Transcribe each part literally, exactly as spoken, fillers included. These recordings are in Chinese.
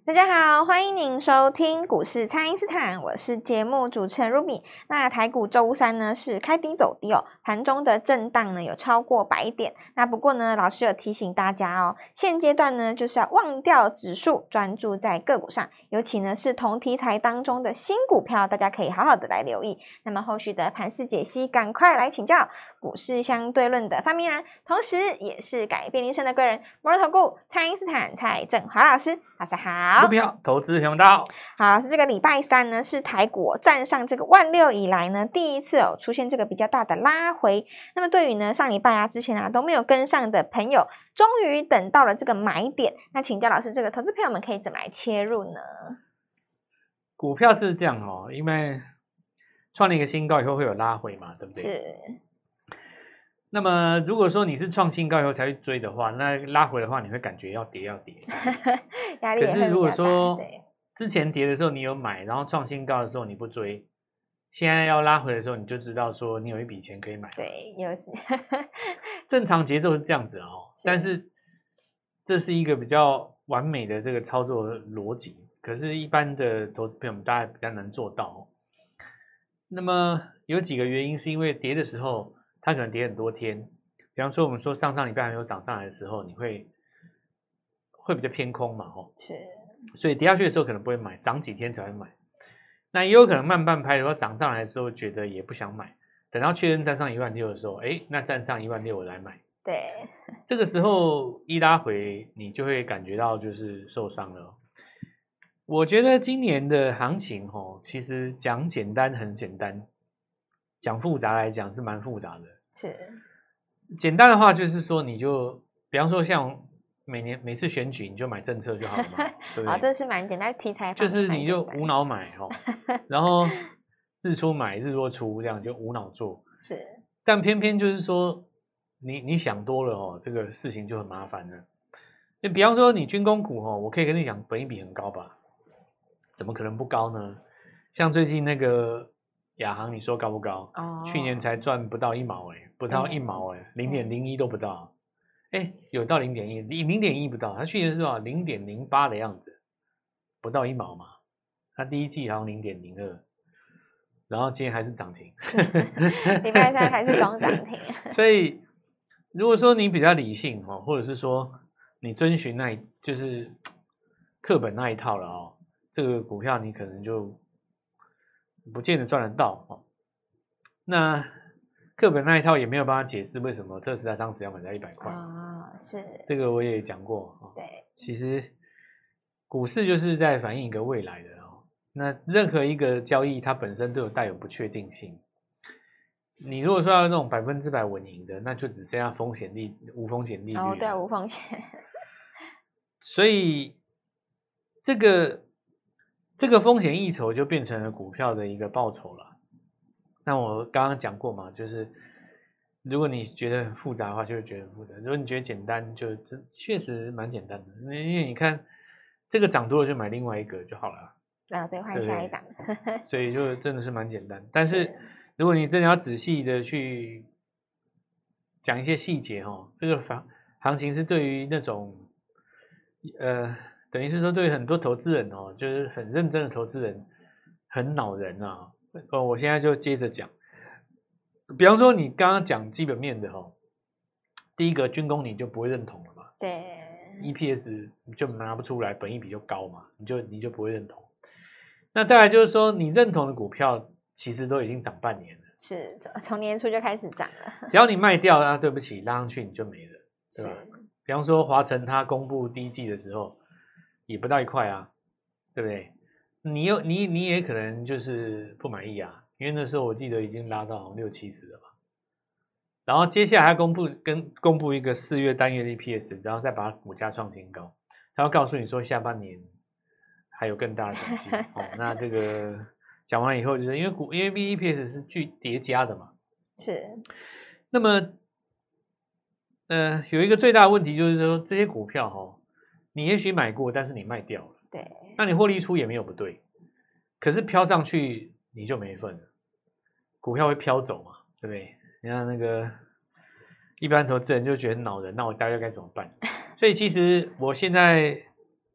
大家好，欢迎您收听股市蔡因斯坦，我是节目主持人 Ruby。那台股周三呢是开低走低哦，盘中的震荡呢有超过百点。那不过呢，老师有提醒大家哦，现阶段呢就是要忘掉指数，专注在个股上，尤其呢是同题材当中的新股票，大家可以好好的来留意。那么后续的盘势解析，赶快来请教股市相对论的发明人，同时也是改变人生的贵人——摩尔投顾蔡因斯坦蔡正华老师，老师好。 股票投资熊大好， 好，老师，这个礼拜三呢是台股站上这个万六以来呢第一次哦出现这个比较大的拉回。那么对于呢上礼拜啊之前啊都没有跟上的朋友，终于等到了这个买点。那请教老师，这个投资朋友们可以怎么来切入呢？ 股票是这样哦，因为创了一个新高以后会有拉回嘛，对不对？ 是。 那么如果说你是创新高以后才去追的话，那拉回的话，你会感觉要跌要跌。 压力也会比较大。 可是如果说之前跌的时候你有买，然后创新高的时候你不追，现在要拉回的时候，你就知道说你有一笔钱可以买。 对，有正常节奏是这样子哦，但是这是一个比较完美的这个操作逻辑，可是一般的投资朋友们大家比较难做到哦。那么有几个原因，是因为跌的时候它可能跌很多天，比方说我们说上上礼拜还没有涨上来的时候，你会会比较偏空嘛，哦， 是， 所以跌下去的时候可能不会买，涨几天才会买。那也有可能慢半拍的时候涨上来的时候觉得也不想买，等到确认站上一万六的时候，哎，那站上一万六我来买。 对， 这个时候一拉回，你就会感觉到就是受伤了哦。我觉得今年的行情哦，其实讲简单很简单，讲复杂来讲是蛮复杂的。 是， 简单的话就是说，你就比方说像每年每次选举你就买政策就好了嘛，对不对？ 好，这是蛮简单题材， 就是你就无脑买哦，然后日出买日落出，这样就无脑做。 是， 但偏偏就是说，你你想多了哦，这个事情就很麻烦了。就比方说你军工股哦，我可以跟你讲，本益比很高吧？怎么可能不高呢？像最近那个亚航，你说高不高？ 哦， 去年才赚不到一毛哎、欸，不到一毛哎、欸，零点零一都不到。哎、欸，有到零点一，零点一不到。它去年是多少？零点零八的样子，不到一毛嘛。它第一季好像零点零二，然后今天还是涨停。 礼拜三还是光涨停。 所以如果说你比较理性哦，或者是说你遵循那一就是课本那一套了哦，这个股票你可能就不见得赚得到哦。那课本那一套也没有办法解释为什么特斯拉当时要买在一百块啊、哦，是这个我也讲过哦。 对， 其实股市就是在反映一个未来的哦。那任何一个交易它本身都有带有不确定性。你如果说要那种百分之百稳赢的，那就只剩下风险利无风险利率。 哦，对，无风险。 所以这个这个风险溢酬就变成了股票的一个报酬了。那我刚刚讲过嘛，就是如果你觉得很复杂的话，就会觉得很复杂；如果你觉得简单，就确实蛮简单的。因为你看这个涨多了就买另外一个就好了。 啊，对，换下一档。 所以就真的是蛮简单。但是如果你真的要仔细的去讲一些细节哦，这个行行情是对于那种呃，等于是说对于很多投资人哦，就是很认真的投资人，很恼人啊。哦，我现在就接着讲。比方说你刚刚讲基本面的哦，第一个军工你就不会认同了嘛。 对。 E P S 就拿不出来，本益比就高嘛，你就你就不会认同。那再来就是说，你认同的股票其实都已经涨半年了， 是从年初就开始涨了。 只要你卖掉，那对不起，拉上去你就没了，对吧？比方说华晨它公布第一季的时候，也不到一块啊，对不对？你又你你也可能就是不满意啊，因为那时候我记得已经拉到六七十了嘛。然后接下来它公布跟公布一个四月单月的 E P S， 然后再把股价创新高，它要告诉你说下半年还有更大的转机哦。那这个讲完以后，就是因为股因为 E P S 是巨叠加的嘛， 是。 那么呃有一个最大的问题就是说这些股票哦，你也许买过，但是你卖掉了， 对， 那你获利出也没有不对，可是飘上去你就没份了，股票会飘走嘛，对不对？你看那个一般投资人就觉得很恼人，那我大概该怎么办？所以其实我现在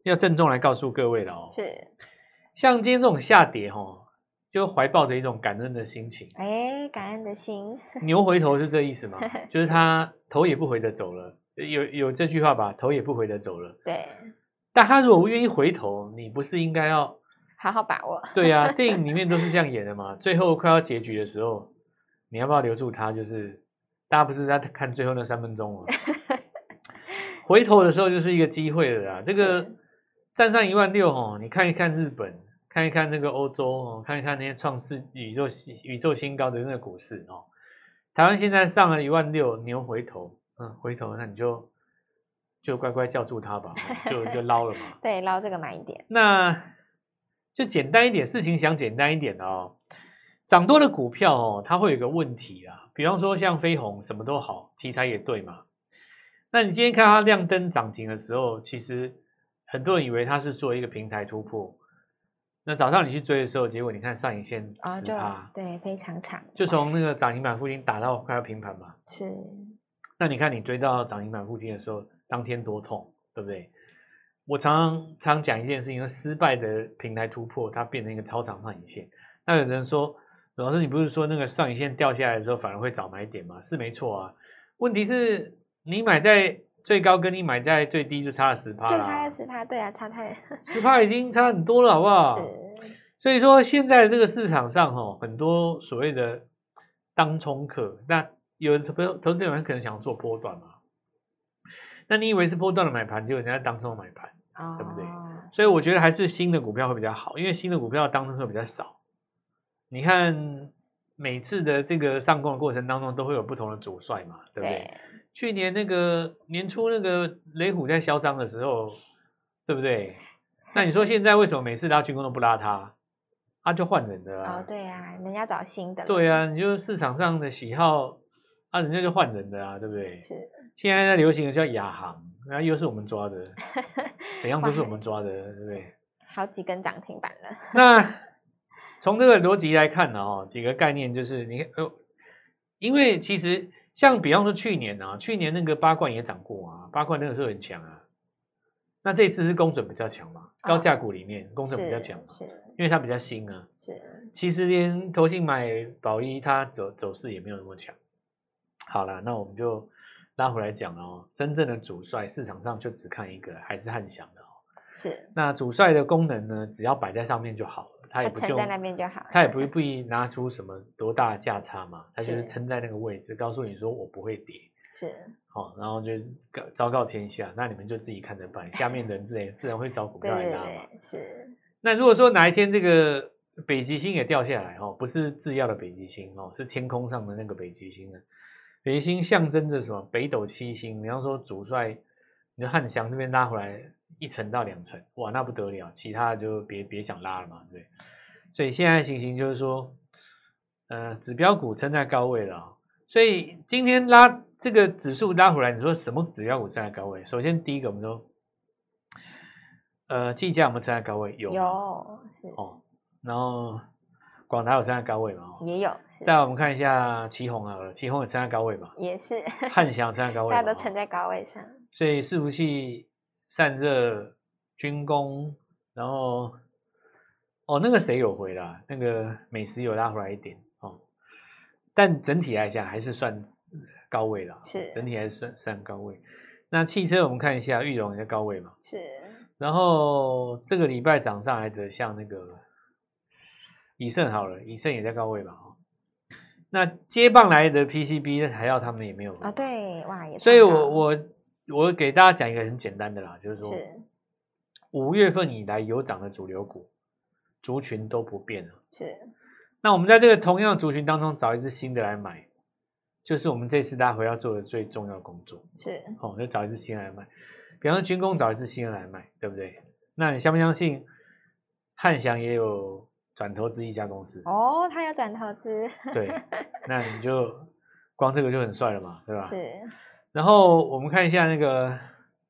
要郑重来告诉各位了哦。 是， 像今天这种下跌哦，就怀抱着一种感恩的心情。 哎，感恩的心。 牛回头是这意思吗？就是他头也不回的走了，有有这句话吧，头也不回的走了。 对。 但他如果不愿意回头，你不是应该要好好把握？ 对啊，电影里面都是这样演的嘛。最后快要结局的时候，你要不要留住他？就是大家不是在看最后那三分钟吗？回头的时候就是一个机会了啦。这个站上一万六哦，你看一看日本，看一看那个欧洲哦，看一看那些创世宇宙宇宙新高的那个股市哦。台湾现在上了一万六，牛回头，嗯，回头那你就就乖乖叫住他吧，哦、就就捞了嘛。 对，捞这个买点。 那就简单一点，事情想简单一点的哦。涨多的股票哦，它会有一个问题啊，比方说像飞鸿什么都好，题材也对嘛。那你今天看它亮灯涨停的时候，其实很多人以为它是做一个平台突破。那早上你去追的时候，结果你看上影线十趴、 哦，对，非常长， 就从那个涨停板附近打到快要平盘嘛。 是。 那你看你追到涨停板附近的时候，当天多痛，对不对？我常常讲一件事情，失败的平台突破，它变成一个超长上影线。那有人说，老师你不是说那个上影线掉下来的时候反而会找买点吗？是没错啊。问题是你买在最高跟你买在最低就差了十趴啦， 就差了十趴，对啊，差太十趴已经差很多了，好不好？ 是。 所以说现在这个市场上哦，很多所谓的当冲客，那有的投资人可能想做波段嘛，那你以为是波段的买盘，结果人家当冲买盘，哦、对不对？所以我觉得还是新的股票会比较好，因为新的股票当冲客比较少。你看每次的这个上攻的过程当中，都会有不同的主帅嘛，对不对？对，去年那个年初那个雷虎在嚣张的时候，对不对？那你说现在为什么每次拉军工都不拉他？他、啊、就换人的啊。 哦，对啊，人家找新的。 对啊，你就市场上的喜好，啊，人家就换人的啊，对不对？ 是。 现在在流行的叫亚航，那又是我们抓的，怎样都是我们抓的，对不对？ 好几根涨停板了。 那从这个逻辑来看呢，哦，几个概念就是你呃，因为其实像比方说去年啊，去年那个八冠也涨过啊，八冠那个时候很强啊。那这一次是公准比较强嘛，高价股里面公准比较强嘛，是，因为它比较新啊。是，其实连投信买宝一，它走走势也没有那么强。好了，那我们就拉回来讲哦，真正的主帅市场上就只看一个，还是汉翔的哦。是，那主帅的功能呢，只要摆在上面就好了，它也不就在那边就好，它也不不宜拿出什么多大的价差嘛，它就是撑在那个位置，告诉你说我不会跌。是，好、哦，然后就昭告天下，那你们就自己看着办，下面的人自然自然会找股票来拉嘛。对对对，是。那如果说哪一天这个北极星也掉下来哦，不是制药的北极星哦，是天空上的那个北极星呢。北极星象征着什么？北斗七星。比方说主帅，你的汉翔这边拉回来一层到两层，哇，那不得了，其他的就别别想拉了嘛，对。所以现在情形就是说，呃，指标股撑在高位了、哦，所以今天拉。这个指数拉回来，你说什么指标股站在高位？首先第一个，我们说，呃，技嘉有没有站在高位？有，有是哦。然后广达有站在高位嘛？也有。再来我们看一下奇鋐好了，奇鋐也站在高位嘛？也是。汉翔站在高位，大家都撑在高位上。所以伺服器、散热、军工，然后哦，那个谁有回啦？那个美食有拉回来一点哦，但整体来讲还是算。高位了，是整体还是算算高位。那汽车我们看一下，裕隆也在高位嘛，是。然后这个礼拜涨上来的，像那个以盛好了，以盛也在高位嘛，哦。那接棒来的 P C B 还要他们也没有啊，对，哇也。所以我我我给大家讲一个很简单的啦，就是说，五月份以来有涨的主流股族群都不变了，是。那我们在这个同样的族群当中找一只新的来买。就是我们这次大家要做的最重要的工作，是，哦，就找一支新的来买，比方说军工找一支新的来买，对不对？那你相不相信汉翔也有转投资一家公司？哦，他有转投资，对，那你就光这个就很帅了嘛，对吧？是。然后我们看一下那个，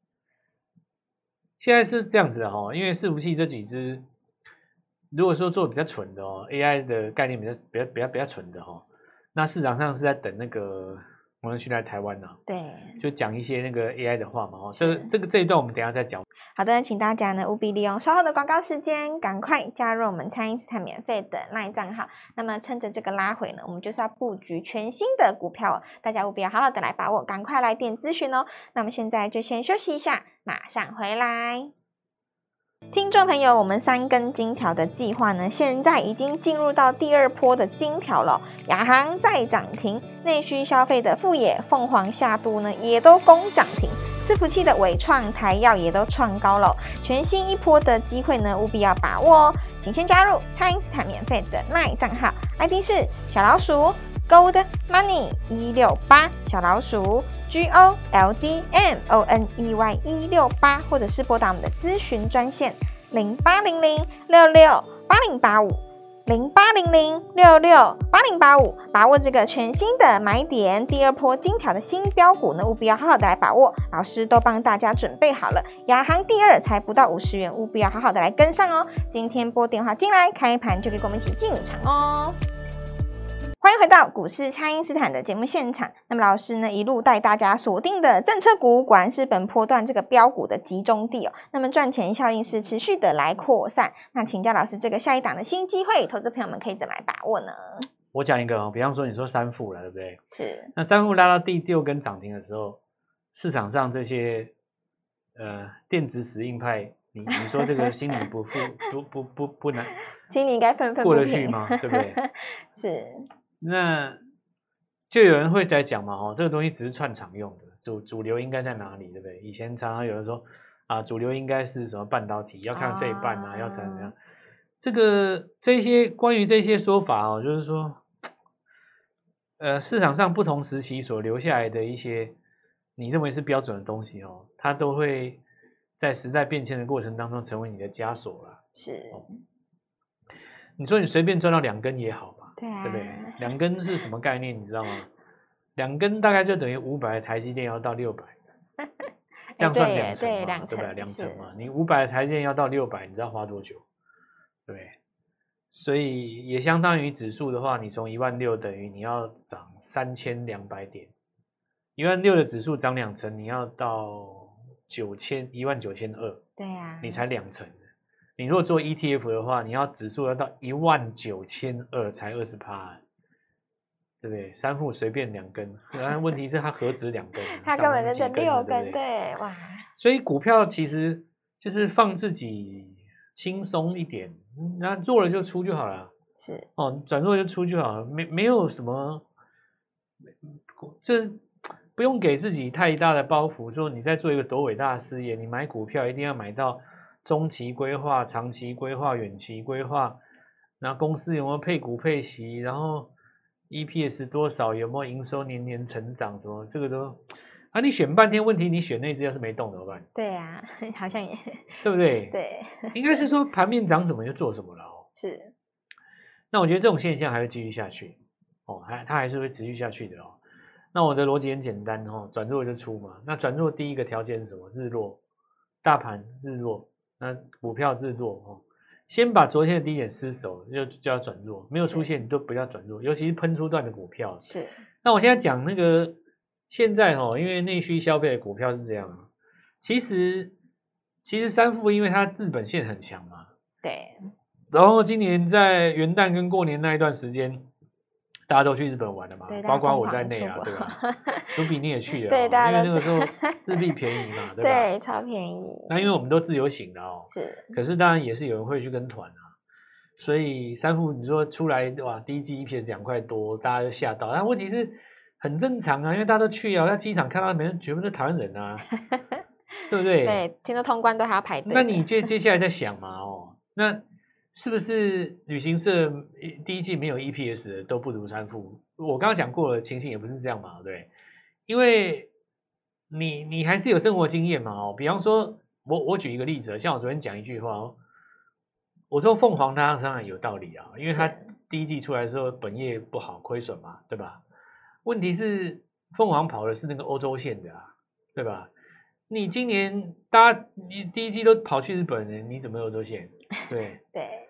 现在是这样子的哈、哦，因为伺服器这几只，如果说做比较纯的哦 ，A I 的概念比较比较比较比较纯的哈、哦。那市场上是在等那个我们去来台湾呢、啊， 对， 就讲一些那个 A I 的话嘛，哦，这个这个这一段我们等一下再讲。 好的，请大家呢务必利用稍后的广告时间，赶快加入我们蔡因斯坦免费的 LINE 账号。那么趁着这个拉回呢，我们就是要布局全新的股票哦，大家务必要好好的来把握，赶快来电咨询哦。那么现在就先休息一下，马上回来。听众朋友，我们三根金条的计划呢，现在已经进入到第二波的金条了。亚航再涨停，内需消费的富野、凤凰、夏都呢，也都攻涨停。伺服器的伟创、台药也都创高了，全新一波的机会呢，务必要把握哦。请先加入蔡因斯坦免费的 LINE 账号 ，I D 是小老鼠 Gold Money 一六八，小老鼠 G O L D M O N E Y 一六八，或者是拨打我们的咨询专线零八零零六六八零八五。零八零零六六八零八五，把握这个全新的买点，第二波金条的新标股呢，务必要好好的来把握。老师都帮大家准备好了，亚航第二才不到五十元，务必要好好的来跟上哦。今天拨电话进来，开盘就可以跟我们一起进场哦。欢迎回到股市蔡因斯坦的节目现场。那么老师呢，一路带大家锁定的政策股，果然是本波段这个标股的集中地哦。那么赚钱效应是持续的来扩散。那请教老师，这个下一档的新机会，投资朋友们可以怎么来把握呢？ 我讲一个哦，比方说你说三富了，对不对？ 是。 那三富拉到第六根涨停的时候，市场上这些呃电子死硬派，你你说这个心里不负不不不不难， 心里应该愤愤不过平得去吗？对不对？ 是。 那就有人会在讲嘛，哦，这个东西只是串场用的，主主流应该在哪里，对不对？以前常常有人说啊，主流应该是什么半导体，要看费半啊，啊要怎么样？这个这些关于这些说法哦，就是说，呃，市场上不同时期所留下来的一些你认为是标准的东西哦，它都会在时代变迁的过程当中成为你的枷锁了。 是。 哦，你说你随便赚到两根也好。 对啊， 对不对？两根是什么概念？你知道吗？两根大概就等于五百台积电要到六百，这样算两成嘛？对不对？两成嘛。你五百台积电要到六百，你知道花多久？对不对？所以也相当于指数的话，你从一万六等于你要涨三千两百点，一万六的指数涨两成，你要到九千一万九千二， 对呀， 你才两成。你如果做 E T F 的话，你要指数要到一万九千二才二十趴，对不对？三富随便两根，但问题是它何止两根？ 它根本就是六根， 对, 对，哇！ 所以股票其实就是放自己轻松一点，那做了就出就好了。 是哦，转弱就出就好了，没没有什么，就是不用给自己太大的包袱，说你在做一个多伟大的事业，你买股票一定要买到中期规划、长期规划、远期规划，然后公司有没有配股配息，然后 E P S 多少，有没有营收年年成长，什么这个都啊，你选半天，问题你选那只要是没动怎么办？ 对啊，好像也对不对？ 对， 应该是说盘面涨什么就做什么了哦。 是， 那我觉得这种现象还会继续下去哦，还它还是会持续下去的哦。那我的逻辑很简单哦，转弱就出嘛。那转弱第一个条件是什么？日落，大盘日落。那股票日落哦，先把昨天的低点失守，就就要转弱，没有出现你就不要转弱，尤其是喷出段的股票。 是。 那我现在讲那个现在哦，因为内需消费的股票是这样啊，其实其实三富因为它日本线很强嘛， 对。 然后今年在元旦跟过年那一段时间，大家都去日本玩了嘛，包括我在内啊，对吧？卢比你也去了、哦， 对， 因为那个时候日币便宜嘛，对吧？ 对，超便宜。 那因为我们都自由行的哦， 是。 可是当然也是有人会去跟团啊，所以三富你说出来哇，第一季一片两块多，大家就吓到。但问题是很正常啊，因为大家都去啊，在机场看到没人，全部都台湾人啊，对不对？ 对，听说通关都还要排队。 那你接接下来在想嘛，哦，那是不是旅行社第一季没有 E P S 的都不如三富？我刚刚讲过了，情形也不是这样嘛，对不对？因为你你还是有生活经验嘛，哦，比方说我我举一个例子，像我昨天讲一句话哦，我说凤凰它当然有道理啊，因为它第一季出来的时候本业不好，亏损嘛，对吧？问题是凤凰跑的是那个欧洲线的啊，对吧？你今年大家你第一季都跑去日本人，你怎么有欧洲线？对对，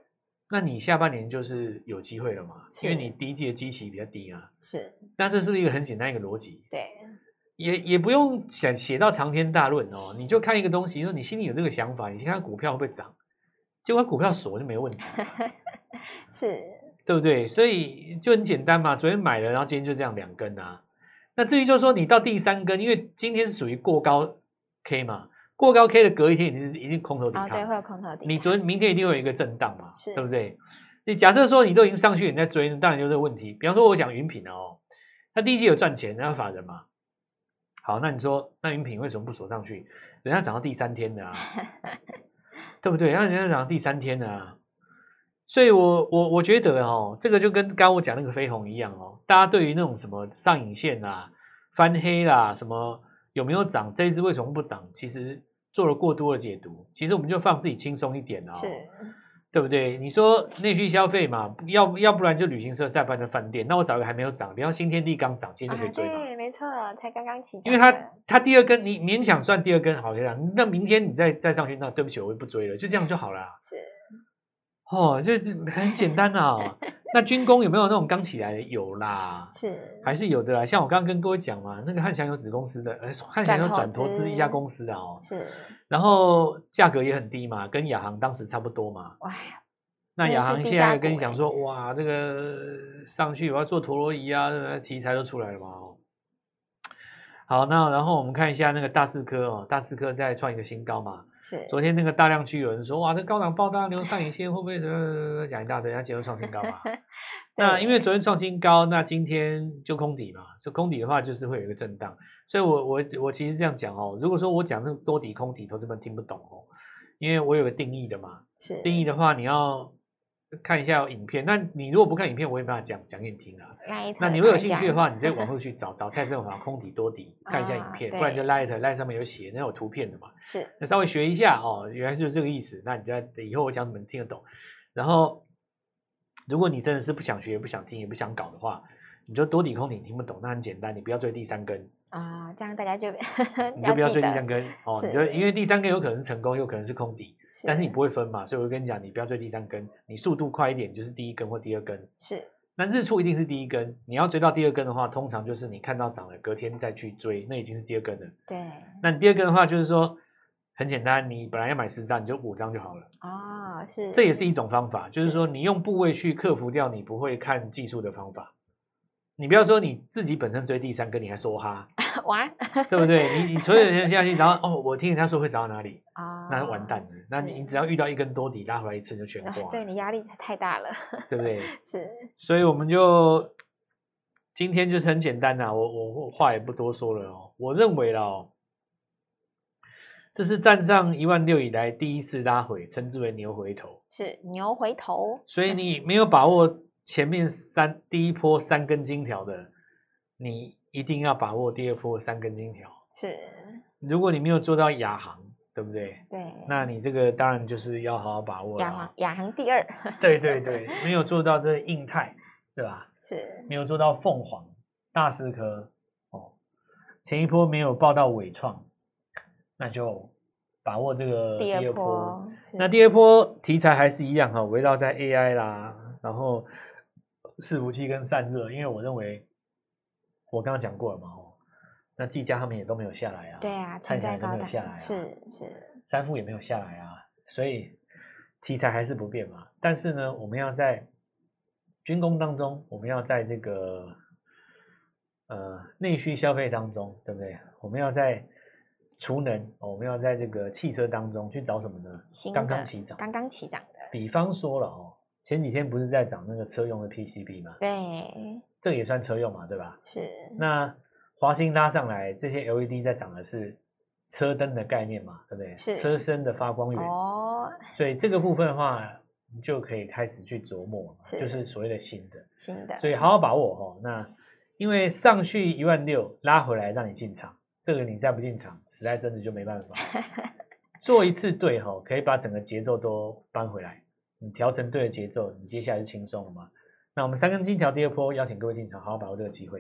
那你下半年就是有机会了嘛？因为你第一季的基期比较低啊。 是。 那这是一个很简单一个逻辑。 对。 也也不用想写到长篇大论哦，你就看一个东西，说你心里有这个想法，你先看股票会不会涨，结果股票锁就没问题。 是。对不对？所以就很简单嘛，昨天买了，然后今天就这样两根啊。那至于就是说你到第三根，因为今天是属于过高 K 嘛，过高 K 的隔一天一定是一定空头抵抗， 哦，对，会有空头抵抗。 你昨天明天一定会有一个震荡嘛， 是， 对不对？你假设说你都已经上去，你在追，当然就这个问题。比方说我讲云品哦，他第一季有赚钱，然后法人嘛，好，那你说那云品为什么不锁上去？人家涨到第三天的啊，对不对？那人家涨到第三天的啊。所以我，我我我觉得哦，这个就跟刚刚我讲那个飞鸿一样哦，大家对于那种什么上影线啦、翻黑啦、什么有没有涨，这一支为什么不涨，其实做了过多的解读。其实我们就放自己轻松一点哦， 是， 对不对？你说内需消费嘛，要要不然就旅行社再不然就饭店。那我找一个还没有涨，比方新天地刚涨，今天就可以追嘛。 啊、对，没错，才刚刚起。 因为它它第二根你勉强算第二根好这样，那明天你再再上去，那对不起，我就不追了，就这样就好了。 是。 哦，就是很简单啊。那军工有没有那种刚起来的？有啦， 是还是有的啦。像我刚刚跟各位讲嘛，那个汉翔有子公司的，呃，汉翔有转投资一家公司的哦， 是， 然后价格也很低嘛，跟亚航当时差不多嘛。哇，那亚航现在跟你讲说，哇，这个上去我要做陀螺仪啊，题材都出来了嘛。哦，好，那然后我们看一下那个大四科哦，大四科再创一个新高嘛。 是， 昨天那个大量区有人说，哇，这高档爆大牛上影线会不会呃讲一大堆，它结果创新高嘛？那因为昨天创新高，那今天就空底嘛，就空底的话就是会有一个震荡，所以我我我其实这样讲哦，如果说我讲这个多底空底，投资们听不懂哦，因为我有个定义的嘛，是定义的话你要看一下影片，那你如果不看影片，我也没办法讲讲给你听啊。那你如果有兴趣的话，你在网络去找找蔡振华空底多底，看一下影片，不然就 Light Light 上面有写，那有图片的嘛。是，那稍微学一下哦，原来就是这个意思。那你就以后我讲你们听得懂。然后，如果你真的是不想学、也不想听、也不想搞的话，你就多底空底听不懂，那很简单，你不要追第三根啊，这样大家就你就不要追第三根哦，你就因为第三根有可能是成功，有可能是空底。但是你不会分嘛，所以我跟你讲，你不要追第三根，你速度快一点就是第一根或第二根。是，那日出一定是第一根，你要追到第二根的话，通常就是你看到涨了，隔天再去追，那已经是第二根了。对，那你第二根的话，就是说很简单，你本来要买十张，你就五张就好了。啊，是，这也是一种方法，就是说你用部位去克服掉你不会看技术的方法。你不要说你自己本身追第三根，你还说哈，玩，对不对？你你所有人下去，然后哦，我听人家说会涨到哪里啊，那完蛋了。那你只要遇到一根多底拉回来一次，就全挂。对你压力太大了，对不对？是，所以我们就今天就是很简单呐、啊，我我话也不多说了哦。我认为啦哦，这是站上一万六以来第一次拉回，称之为牛回头。是牛回头，所以你没有把握前面三第一波三根金条的，你一定要把握第二波三根金条。是，如果你没有做到亚航，对不对？对，那你这个当然就是要好好把握了。亚航，亚航第二。对对对，没有做到这印泰，对吧？是，没有做到凤凰、大思科哦，前一波没有报到伟创，那就把握这个第二波。那第二波题材还是一样哈，围绕在 A I 啦，然后伺服器跟散热，因为我认为我刚刚讲过了嘛，哦，那技嘉他们也都没有下来啊，对啊，汉翔也都没有下来啊，是是，三富也没有下来啊，所以题材还是不变嘛。但是呢，我们要在军工当中，我们要在这个呃内需消费当中，对不对？我们要在储能、哦，我们要在这个汽车当中去找什么呢？刚刚起涨，刚刚起涨的。比方说了哦，前几天不是在涨那个车用的 P C B 吗？对，这个也算车用嘛，对吧？是。那华星拉上来，这些 L E D 在涨的是车灯的概念嘛，对不对？是。车身的发光源。哦。所以这个部分的话，你就可以开始去琢磨，是就是所谓的新的。新的。所以好好把握哦。那因为上去一万六拉回来让你进场。这个你再不进场，实在真的就没办法。做一次对吼，可以把整个节奏都搬回来。你调成对的节奏，你接下来是轻松了嘛？那我们三根金条第二波，邀请各位进场，好好把握这个机会。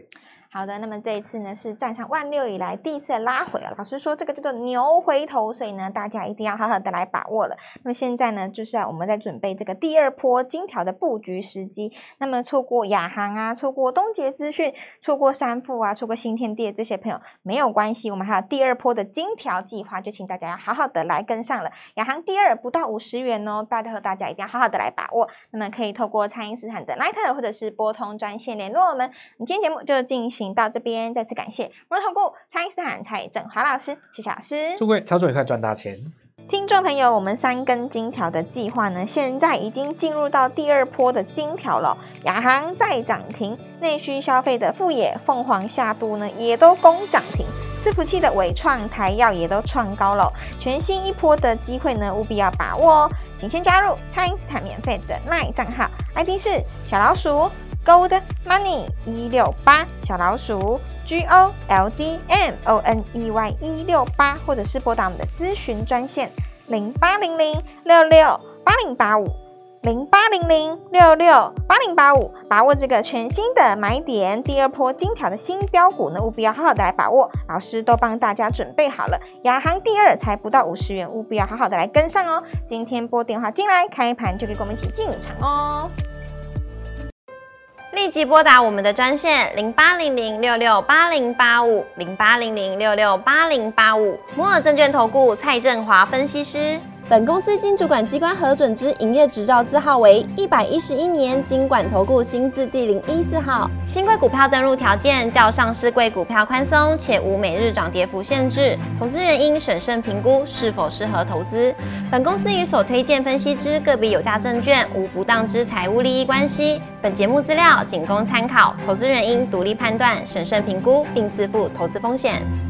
好的，那么这一次呢是站上万六以来第一次的拉回啊。老师说这个叫做牛回头，所以呢大家一定要好好的来把握了。那么现在呢就是啊我们在准备这个第二波金条的布局时机。那么错过亚航啊，错过东杰资讯，错过三富啊，错过新天地这些朋友没有关系，我们还有第二波的金条计划，就请大家要好好的来跟上了。亚航第二不到五十元哦，拜托大家一定要好好的来把握。那么可以透过蔡因斯坦的 LINE 或者是拨通专线联络我们。我们今天节目就进行到这边，再次感谢摩投顾蔡因斯坦蔡正华老师，谢谢老师。 祝各位操作愉快，赚大钱。 听众朋友，我们三根金条的计划呢，现在已经进入到第二波的金条了。亚航再涨停，内需消费的富野、凤凰、夏都呢，也都攻涨停。伺服器的伟创、台药也都创高了，全新一波的机会呢，务必要把握哦。请先加入蔡因斯坦免费的 LINE 账号 ，I D 是小老鼠 Gold Money 一六八，小老鼠 G O L D M O N E Y 一六八，或者是拨打我们的咨询专线零八零零六六八零八五。零八零零六六八零八五，把握这个全新的买点，第二波金条的新标股呢，务必要好好的来把握。老师都帮大家准备好了，亚航第二才不到五十元，务必要好好的来跟上哦。今天拨电话进来，开盘就可以跟我们一起进场哦。 立即拨打我们的专线零八零零六六八零八五零八零零六六八零八五，摩尔证券投顾蔡正华分析师。 本公司经主管机关核准之营业执照字号为一百一十一年金管投顾新字第零一四号。 新贵股票登录条件较上市贵股票宽松，且无每日涨跌幅限制，投资人应审慎评估是否适合投资。本公司与所推荐分析之个别有价证券无不当之财务利益关系。本节目资料仅供参考，投资人应独立判断、审慎评估，并自负投资风险。